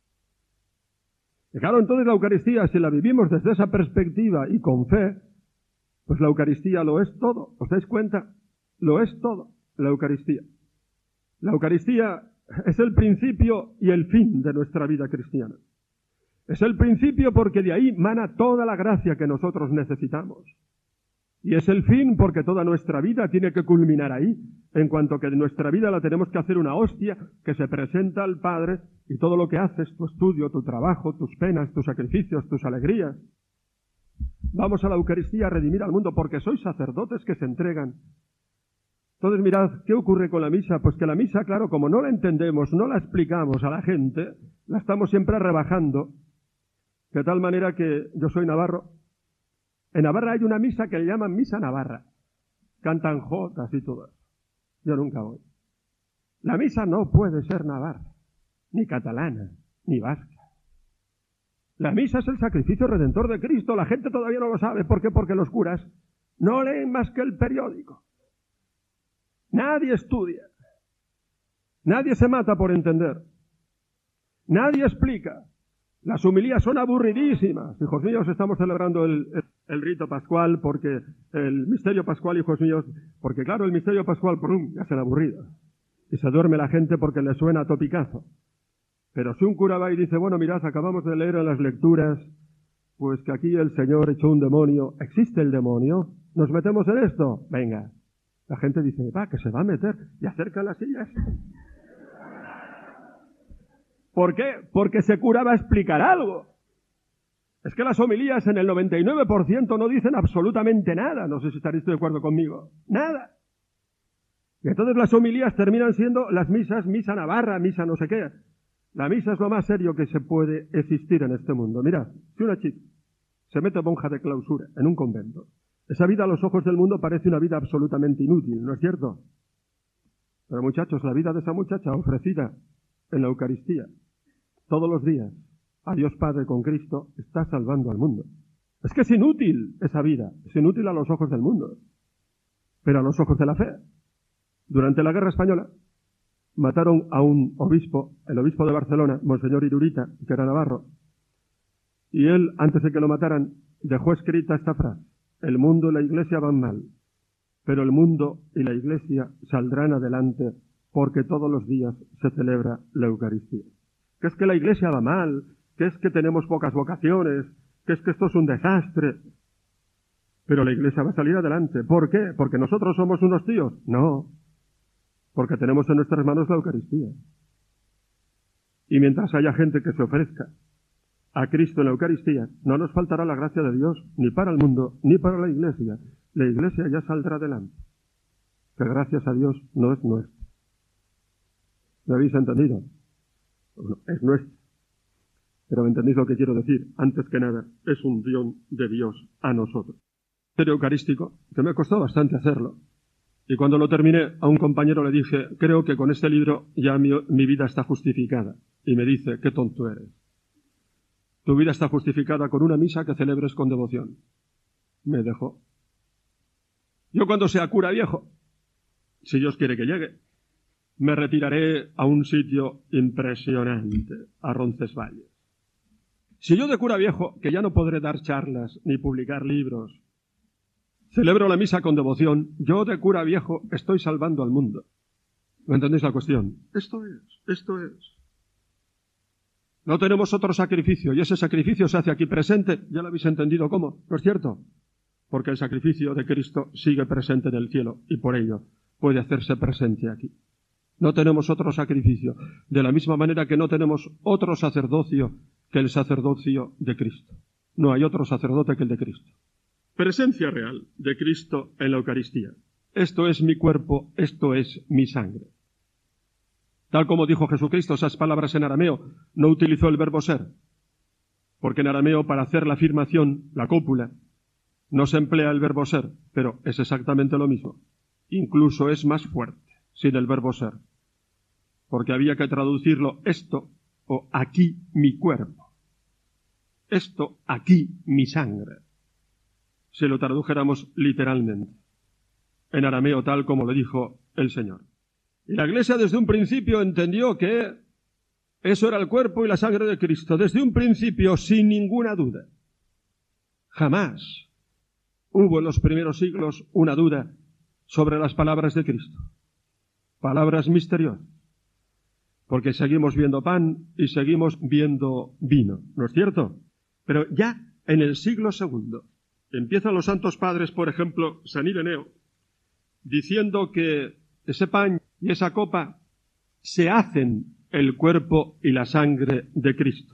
Y claro, entonces la Eucaristía, si la vivimos desde esa perspectiva y con fe, pues la Eucaristía lo es todo. ¿Os dais cuenta? Lo es todo, la Eucaristía. La Eucaristía es el principio y el fin de nuestra vida cristiana. Es el principio porque de ahí mana toda la gracia que nosotros necesitamos. Y es el fin porque toda nuestra vida tiene que culminar ahí, en cuanto que nuestra vida la tenemos que hacer una hostia que se presenta al Padre y todo lo que haces, tu estudio, tu trabajo, tus penas, tus sacrificios, tus alegrías. Vamos a la Eucaristía a redimir al mundo porque sois sacerdotes que se entregan. Entonces mirad, ¿qué ocurre con la misa? Pues que la misa, claro, como no la entendemos, no la explicamos a la gente, la estamos siempre rebajando. De tal manera que yo soy navarro. En Navarra hay una misa que le llaman misa navarra. Cantan jotas y todo. Yo nunca voy. La misa no puede ser navarra, ni catalana, ni vasca. La misa es el sacrificio redentor de Cristo. La gente todavía no lo sabe. ¿Por qué? Porque los curas no leen más que el periódico. Nadie estudia. Nadie se mata por entender. Nadie explica. Las homilías son aburridísimas. Hijos míos, estamos celebrando el rito pascual porque el misterio pascual, hijos míos, porque claro, el misterio pascual, ya se ha aburrido. Y se duerme la gente porque le suena a topicazo. Pero si un cura va y dice, bueno, mirad, acabamos de leer en las lecturas, pues que aquí el Señor echó un demonio. ¿Existe el demonio? ¿Nos metemos en esto? Venga. La gente dice, va, que se va a meter. Y acerca las sillas. ¿Por qué? Porque ese cura va a explicar algo. Es que las homilías en el 99% no dicen absolutamente nada. No sé si estaréis de acuerdo conmigo. Nada. Y entonces las homilías terminan siendo las misas, misa navarra, misa no sé qué. La misa es lo más serio que se puede existir en este mundo. Mirad, si una chica se mete monja de clausura en un convento, esa vida a los ojos del mundo parece una vida absolutamente inútil, ¿no es cierto? Pero muchachos, la vida de esa muchacha ofrecida en la Eucaristía, todos los días, a Dios Padre con Cristo, está salvando al mundo. Es que es inútil esa vida, es inútil a los ojos del mundo, pero a los ojos de la fe. Durante la Guerra Española mataron a un obispo, el obispo de Barcelona, Monseñor Irurita, que era navarro, y él, antes de que lo mataran, dejó escrita esta frase: el mundo y la Iglesia van mal, pero el mundo y la Iglesia saldrán adelante porque todos los días se celebra la Eucaristía. Que es que la Iglesia va mal, que es que tenemos pocas vocaciones, que es que esto es un desastre. Pero la Iglesia va a salir adelante. ¿Por qué? ¿Porque nosotros somos unos tíos? No. Porque tenemos en nuestras manos la Eucaristía. Y mientras haya gente que se ofrezca a Cristo en la Eucaristía, no nos faltará la gracia de Dios, ni para el mundo, ni para la Iglesia. La Iglesia ya saldrá adelante. Que gracias a Dios no es nuestra. ¿Me habéis entendido? Bueno, es nuestra. Pero ¿me entendéis lo que quiero decir? Antes que nada, es un don de Dios a nosotros. Misterio eucarístico, que me costó bastante hacerlo. Y cuando lo terminé, a un compañero le dije, creo que con este libro ya mi vida está justificada. Y me dice, qué tonto eres. Tu vida está justificada con una misa que celebres con devoción. Me dejó. Yo cuando sea cura viejo, si Dios quiere que llegue, me retiraré a un sitio impresionante, a Roncesvalles. Si yo de cura viejo, que ya no podré dar charlas ni publicar libros, celebro la misa con devoción, yo de cura viejo estoy salvando al mundo. ¿Me entendéis la cuestión? Esto es. No tenemos otro sacrificio, y ese sacrificio se hace aquí presente. ¿Ya lo habéis entendido cómo? ¿No es cierto? Porque el sacrificio de Cristo sigue presente en el cielo, y por ello puede hacerse presente aquí. No tenemos otro sacrificio, de la misma manera que no tenemos otro sacerdocio que el sacerdocio de Cristo. No hay otro sacerdote que el de Cristo. Presencia real de Cristo en la Eucaristía. Esto es mi cuerpo, esto es mi sangre. Tal como dijo Jesucristo, esas palabras en arameo, no utilizó el verbo ser, porque en arameo para hacer la afirmación, la cópula, no se emplea el verbo ser, pero es exactamente lo mismo. Incluso es más fuerte, sin el verbo ser, porque había que traducirlo esto o aquí mi cuerpo, esto aquí mi sangre. si lo tradujéramos literalmente, en arameo tal como lo dijo el Señor. Y la Iglesia desde un principio entendió que eso era el cuerpo y la sangre de Cristo, desde un principio, sin ninguna duda. Jamás hubo en los primeros siglos una duda sobre las palabras de Cristo. Palabras misteriosas. Porque seguimos viendo pan y seguimos viendo vino, ¿no es cierto? Pero ya en el siglo II empiezan los santos padres, por ejemplo, San Ireneo, diciendo que ese pan y esa copa se hacen el cuerpo y la sangre de Cristo.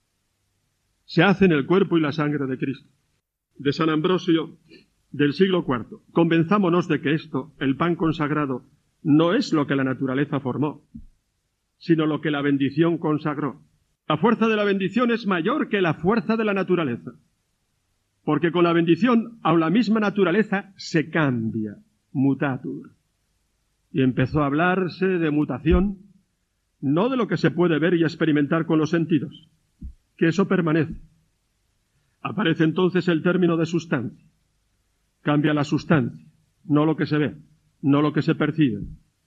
Se hacen el cuerpo y la sangre de Cristo. De San Ambrosio, del siglo IV. Convenzámonos de que esto, el pan consagrado, no es lo que la naturaleza formó, sino lo que la bendición consagró. La fuerza de la bendición es mayor que la fuerza de la naturaleza, porque con la bendición, aun la misma naturaleza se cambia, mutatur. Y empezó a hablarse de mutación, no de lo que se puede ver y experimentar con los sentidos, que eso permanece. Aparece entonces el término de sustancia. Cambia la sustancia, no lo que se ve, no lo que se percibe.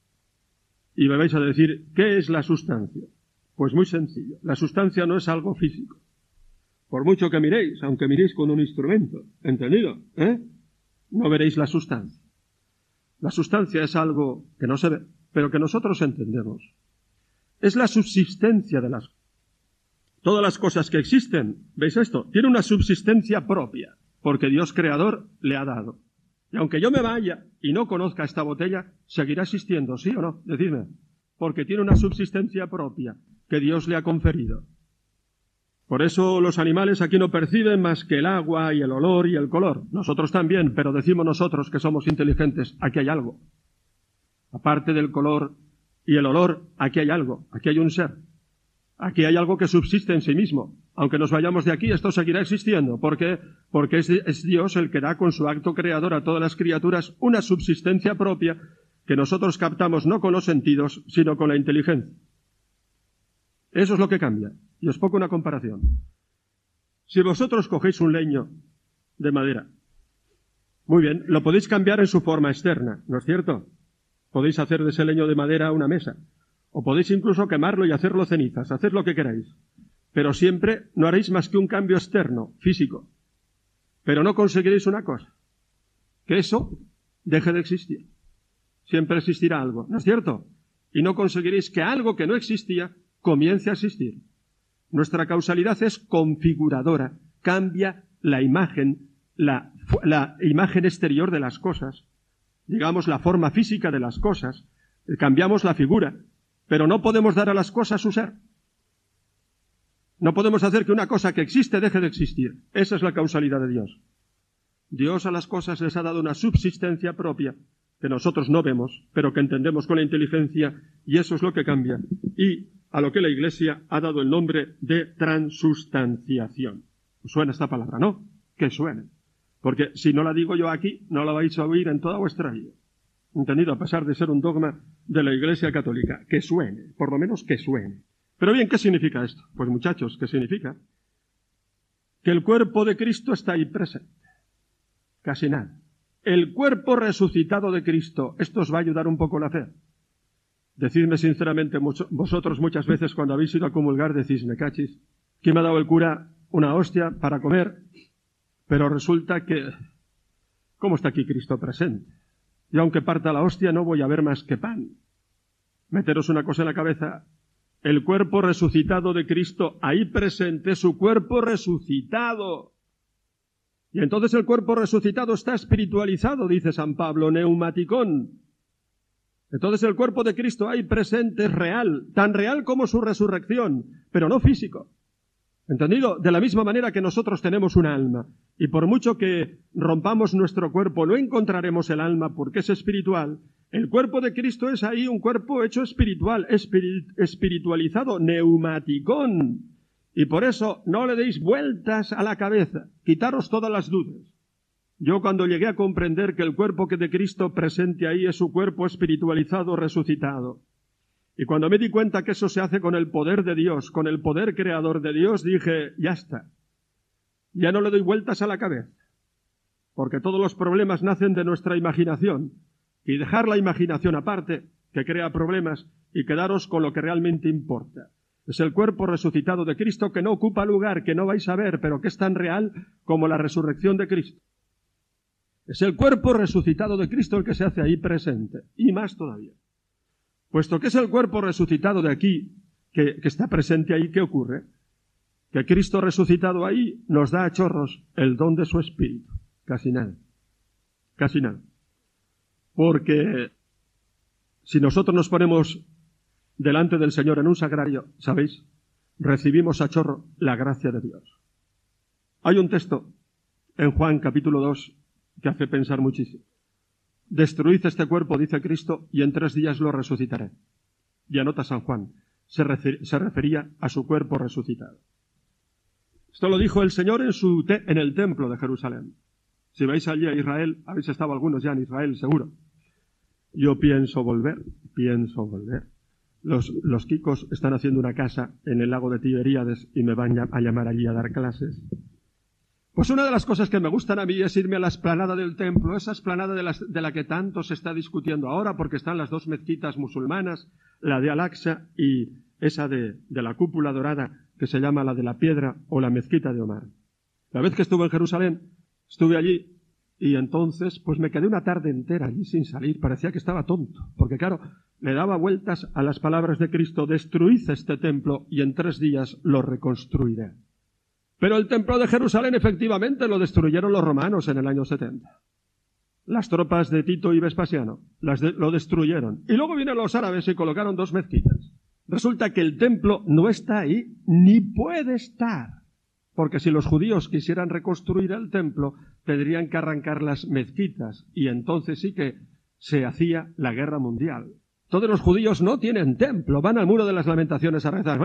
Y me vais a decir, ¿qué es la sustancia? Pues muy sencillo. La sustancia no es algo físico. Por mucho que miréis, aunque miréis con un instrumento, ¿entendido? No veréis la sustancia. La sustancia es algo que no se ve, pero que nosotros entendemos. Es la subsistencia de las cosas. Todas las cosas que existen, ¿veis esto? Tiene una subsistencia propia, porque Dios creador le ha dado. Y aunque yo me vaya y no conozca esta botella, seguirá existiendo, ¿sí o no? Decidme. Porque tiene una subsistencia propia que Dios le ha conferido. Por eso los animales aquí no perciben más que el agua y el olor y el color. Nosotros también, pero decimos nosotros que somos inteligentes, aquí hay algo. Aparte del color y el olor, aquí hay algo, aquí hay un ser. Aquí hay algo que subsiste en sí mismo. Aunque nos vayamos de aquí, esto seguirá existiendo. ¿Por qué? Porque es Dios el que da con su acto creador a todas las criaturas una subsistencia propia que nosotros captamos no con los sentidos, sino con la inteligencia. Eso es lo que cambia. Y os pongo una comparación. Si vosotros cogéis un leño de madera, muy bien, lo podéis cambiar en su forma externa, ¿no es cierto? Podéis hacer de ese leño de madera una mesa. O podéis incluso quemarlo y hacerlo cenizas, haced lo que queráis. Pero siempre no haréis más que un cambio externo, físico. Pero no conseguiréis una cosa, que eso deje de existir. Siempre existirá algo, ¿no es cierto? Y no conseguiréis que algo que no existía comience a existir. Nuestra causalidad es configuradora, cambia la imagen, la imagen exterior de las cosas, digamos la forma física de las cosas, cambiamos la figura. Pero no podemos dar a las cosas su ser. No podemos hacer que una cosa que existe deje de existir. Esa es la causalidad de Dios. Dios a las cosas les ha dado una subsistencia propia que nosotros no vemos, pero que entendemos con la inteligencia, y eso es lo que cambia. Y a lo que la Iglesia ha dado el nombre de transustanciación. ¿Suena esta palabra, no? Que suene. Porque si no la digo yo aquí, no la vais a oír en toda vuestra vida. ¿Entendido? A pesar de ser un dogma de la Iglesia Católica. Que suene, por lo menos que suene. Pero bien, ¿qué significa esto? Pues muchachos, ¿qué significa? Que el cuerpo de Cristo está ahí presente. Casi nada. El cuerpo resucitado de Cristo, esto os va a ayudar un poco la fe. Decidme sinceramente, vosotros muchas veces cuando habéis ido a comulgar decís, me cachis, que me ha dado el cura una hostia para comer, pero resulta que, ¿cómo está aquí Cristo presente? Y aunque parta la hostia, no voy a ver más que pan. Meteros una cosa en la cabeza. El cuerpo resucitado de Cristo, ahí presente, su cuerpo resucitado. Y entonces el cuerpo resucitado está espiritualizado, dice San Pablo, neumaticón. Entonces el cuerpo de Cristo ahí presente es real, tan real como su resurrección, pero no físico. ¿Entendido? De la misma manera que nosotros tenemos un alma, y por mucho que rompamos nuestro cuerpo, no encontraremos el alma porque es espiritual. El cuerpo de Cristo es ahí un cuerpo hecho espiritual, espiritualizado, neumaticón. Y por eso no le deis vueltas a la cabeza, quitaros todas las dudas. Yo cuando llegué a comprender que el cuerpo que de Cristo presente ahí es su cuerpo espiritualizado, resucitado, y cuando me di cuenta que eso se hace con el poder de Dios, con el poder creador de Dios, dije, ya está. Ya no le doy vueltas a la cabeza. porque todos los problemas nacen de nuestra imaginación, y dejar la imaginación aparte, que crea problemas, y quedaros con lo que realmente importa. Es el cuerpo resucitado de Cristo que no ocupa lugar, que no vais a ver, pero que es tan real como la resurrección de Cristo. Es el cuerpo resucitado de Cristo el que se hace ahí presente, y más todavía. Puesto que es el cuerpo resucitado de aquí, que está presente ahí, ¿qué ocurre? Que Cristo resucitado ahí nos da a chorros el don de su Espíritu. Casi nada. Casi nada. Porque si nosotros nos ponemos delante del Señor en un sagrario, ¿sabéis? Recibimos a chorro la gracia de Dios. Hay un texto en Juan capítulo 2 que hace pensar muchísimo. Destruid este cuerpo, dice Cristo, y en 3 días lo resucitaré. Y anota San Juan, se refería a su cuerpo resucitado. Esto lo dijo el Señor en el templo de Jerusalén. Si vais allí a Israel, habéis estado algunos ya en Israel, seguro. Yo pienso volver. Los Kikos están haciendo una casa en el lago de Tiberíades y me van a llamar allí a dar clases. Pues una de las cosas que me gustan a mí es irme a la explanada del templo, esa explanada de la que tanto se está discutiendo ahora, porque están las 2 mezquitas musulmanas, la de Al-Aqsa y esa de la cúpula dorada, que se llama la de la piedra o la mezquita de Omar. La vez que estuve en Jerusalén, estuve allí y entonces pues me quedé una tarde entera allí sin salir, parecía que estaba tonto, porque claro, le daba vueltas a las palabras de Cristo: destruid este templo y en 3 días lo reconstruiré. Pero el templo de Jerusalén efectivamente lo destruyeron los romanos en el año 70. Las tropas de Tito y Vespasiano lo destruyeron. Y luego vinieron los árabes y colocaron 2 mezquitas. Resulta que el templo no está ahí, ni puede estar. Porque si los judíos quisieran reconstruir el templo, tendrían que arrancar las mezquitas. Y entonces sí que se hacía la guerra mundial. Todos los judíos no tienen templo, van al muro de las lamentaciones a rezar.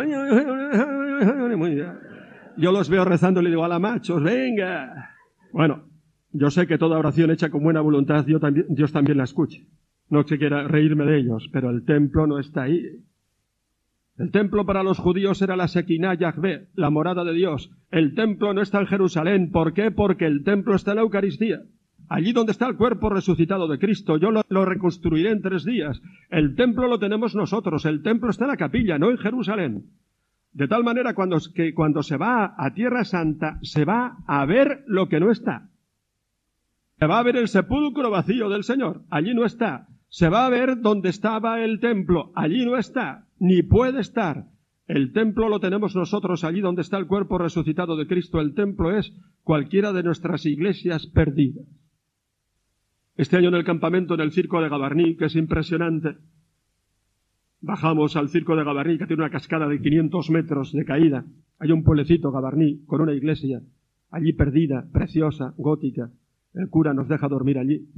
Yo los veo rezando y le digo: ¡hala, machos, venga! Bueno, yo sé que toda oración hecha con buena voluntad Dios también la escuche. No se quiera reírme de ellos, pero el templo no está ahí. El templo para los judíos era la Shekinah Yahvé, la morada de Dios. El templo no está en Jerusalén. ¿Por qué? Porque el templo está en la Eucaristía. Allí donde está el cuerpo resucitado de Cristo, yo lo reconstruiré en 3 días. El templo lo tenemos nosotros, el templo está en la capilla, no en Jerusalén. De tal manera que cuando se va a Tierra Santa, se va a ver lo que no está. Se va a ver el sepulcro vacío del Señor, allí no está. Se va a ver donde estaba el templo, allí no está, ni puede estar. El templo lo tenemos nosotros, allí donde está el cuerpo resucitado de Cristo. El templo es cualquiera de nuestras iglesias perdidas. Este año en el campamento, en el circo de Gavarní, que es impresionante, bajamos al circo de Gavarní, que tiene una cascada de 500 metros de caída. Hay un pueblecito, Gavarní, con una iglesia allí perdida, preciosa, gótica. El cura nos deja dormir allí.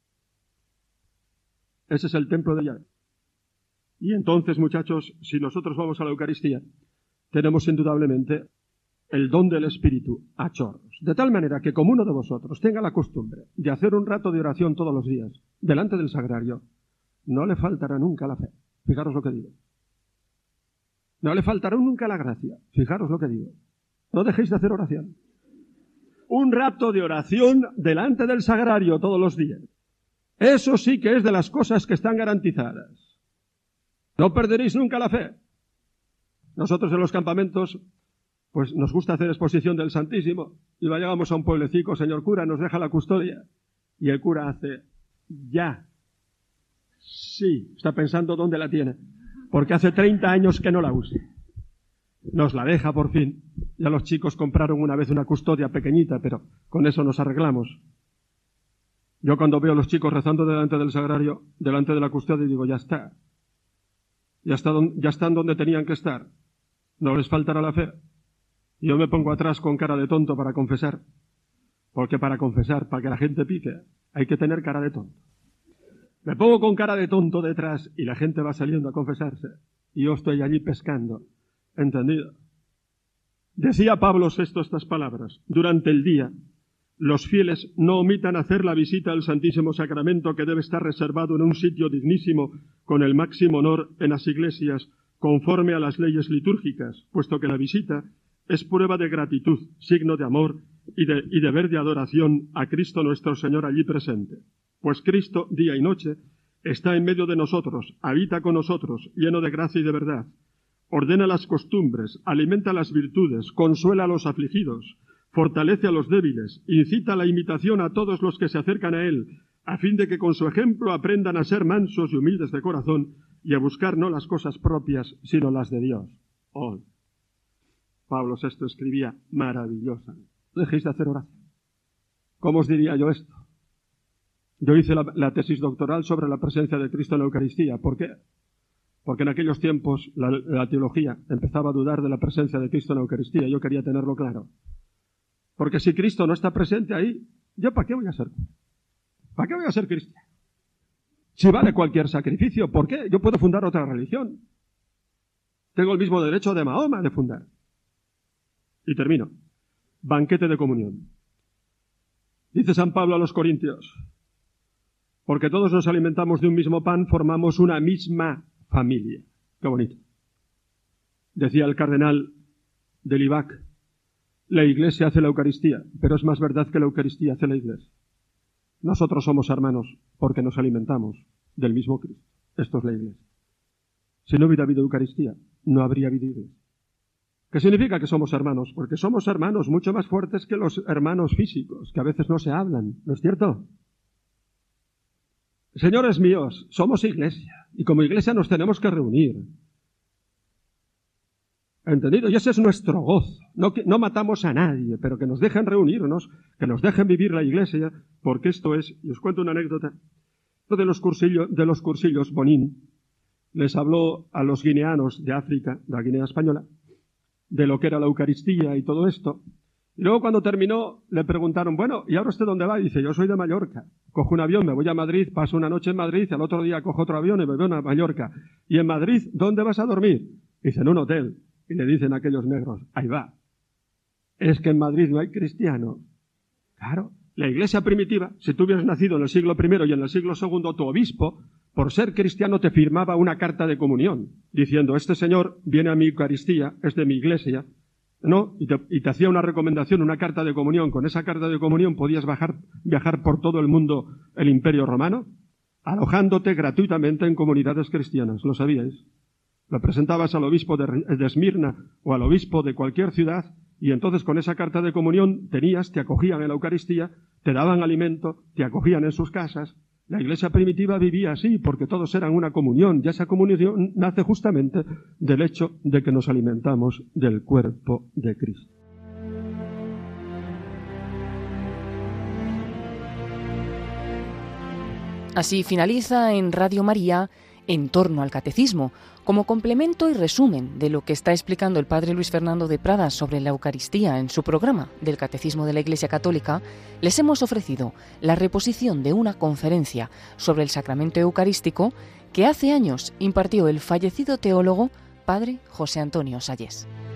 Ese es el templo de Yahvé. Y entonces, muchachos, si nosotros vamos a la Eucaristía, tenemos indudablemente el don del Espíritu a chorros. De tal manera que como uno de vosotros tenga la costumbre de hacer un rato de oración todos los días delante del sagrario, no le faltará nunca la fe. Fijaros lo que digo. No le faltará nunca la gracia. Fijaros lo que digo. No dejéis de hacer oración. Un rato de oración delante del sagrario todos los días. Eso sí que es de las cosas que están garantizadas. No perderéis nunca la fe. Nosotros en los campamentos, pues nos gusta hacer exposición del Santísimo. Y llegamos a un pueblecito: señor cura, nos deja la custodia. Y el cura hace: ya. Sí, está pensando dónde la tiene, porque hace 30 años que no la usa. Nos la deja por fin. Ya los chicos compraron una vez una custodia pequeñita, pero con eso nos arreglamos. Yo cuando veo a los chicos rezando delante del sagrario, delante de la custodia, digo: ya está. Ya están donde tenían que estar. No les faltará la fe. Y yo me pongo atrás con cara de tonto para confesar. Porque para confesar, para que la gente pique, hay que tener cara de tonto. Me pongo con cara de tonto detrás y la gente va saliendo a confesarse. Y yo estoy allí pescando. ¿Entendido? Decía Pablo VI estas palabras: durante el día, los fieles no omitan hacer la visita al Santísimo Sacramento, que debe estar reservado en un sitio dignísimo, con el máximo honor en las iglesias, conforme a las leyes litúrgicas, puesto que la visita es prueba de gratitud, signo de amor y deber de adoración a Cristo nuestro Señor allí presente. Pues Cristo, día y noche, está en medio de nosotros, habita con nosotros, lleno de gracia y de verdad. Ordena las costumbres, alimenta las virtudes, consuela a los afligidos, fortalece a los débiles, incita a la imitación a todos los que se acercan a Él, a fin de que con su ejemplo aprendan a ser mansos y humildes de corazón y a buscar no las cosas propias, sino las de Dios. Oh, Pablo VI escribía maravillosa. Dejéis de hacer oración. ¿Cómo os diría yo esto? Yo hice la tesis doctoral sobre la presencia de Cristo en la Eucaristía. ¿Por qué? Porque en aquellos tiempos la teología empezaba a dudar de la presencia de Cristo en la Eucaristía. Yo quería tenerlo claro. Porque si Cristo no está presente ahí, ¿yo para qué voy a ser? ¿Para qué voy a ser cristiano? Si vale cualquier sacrificio, ¿por qué? Yo puedo fundar otra religión. Tengo el mismo derecho de Mahoma de fundar. Y termino. Banquete de comunión. Dice San Pablo a los Corintios: porque todos nos alimentamos de un mismo pan, formamos una misma familia. Qué bonito. Decía el cardenal de Libac: la Iglesia hace la Eucaristía, pero es más verdad que la Eucaristía hace la Iglesia. Nosotros somos hermanos porque nos alimentamos del mismo Cristo. Esto es la Iglesia. Si no hubiera habido Eucaristía, no habría habido Iglesia. ¿Qué significa que somos hermanos? Porque somos hermanos mucho más fuertes que los hermanos físicos, que a veces no se hablan, ¿no es cierto? Señores míos, somos Iglesia, y como Iglesia nos tenemos que reunir. ¿Entendido? Y ese es nuestro gozo. No matamos a nadie, pero que nos dejen reunirnos, que nos dejen vivir la Iglesia, porque esto es, y os cuento una anécdota, de los cursillos Bonín les habló a los guineanos de África, de la Guinea Española, de lo que era la Eucaristía y todo esto. Y luego cuando terminó le preguntaron: bueno, ¿y ahora usted dónde va? Y dice: yo soy de Mallorca. Cojo un avión, me voy a Madrid, paso una noche en Madrid, y al otro día cojo otro avión y me voy a Mallorca. ¿Y en Madrid dónde vas a dormir? Dice: en un hotel. Y le dicen aquellos negros: ahí va. Es que en Madrid no hay cristianos. Claro, la Iglesia primitiva, si tú hubieras nacido en el siglo I y en el siglo II, tu obispo, por ser cristiano, te firmaba una carta de comunión, diciendo: este señor viene a mi Eucaristía, es de mi Iglesia, ¿no? Y te hacía una recomendación, una carta de comunión. Con esa carta de comunión podías viajar por todo el mundo, el Imperio Romano, alojándote gratuitamente en comunidades cristianas. ¿Lo sabíais? Lo presentabas al obispo de Esmirna o al obispo de cualquier ciudad, y entonces con esa carta de comunión te acogían en la Eucaristía, te daban alimento, te acogían en sus casas. La Iglesia primitiva vivía así, porque todos eran una comunión, y esa comunión nace justamente del hecho de que nos alimentamos del cuerpo de Cristo. Así finaliza en Radio María En torno al Catecismo, como complemento y resumen de lo que está explicando el Padre Luis Fernando de Prada sobre la Eucaristía en su programa del Catecismo de la Iglesia Católica. Les hemos ofrecido la reposición de una conferencia sobre el sacramento eucarístico que hace años impartió el fallecido teólogo Padre José Antonio Sayés.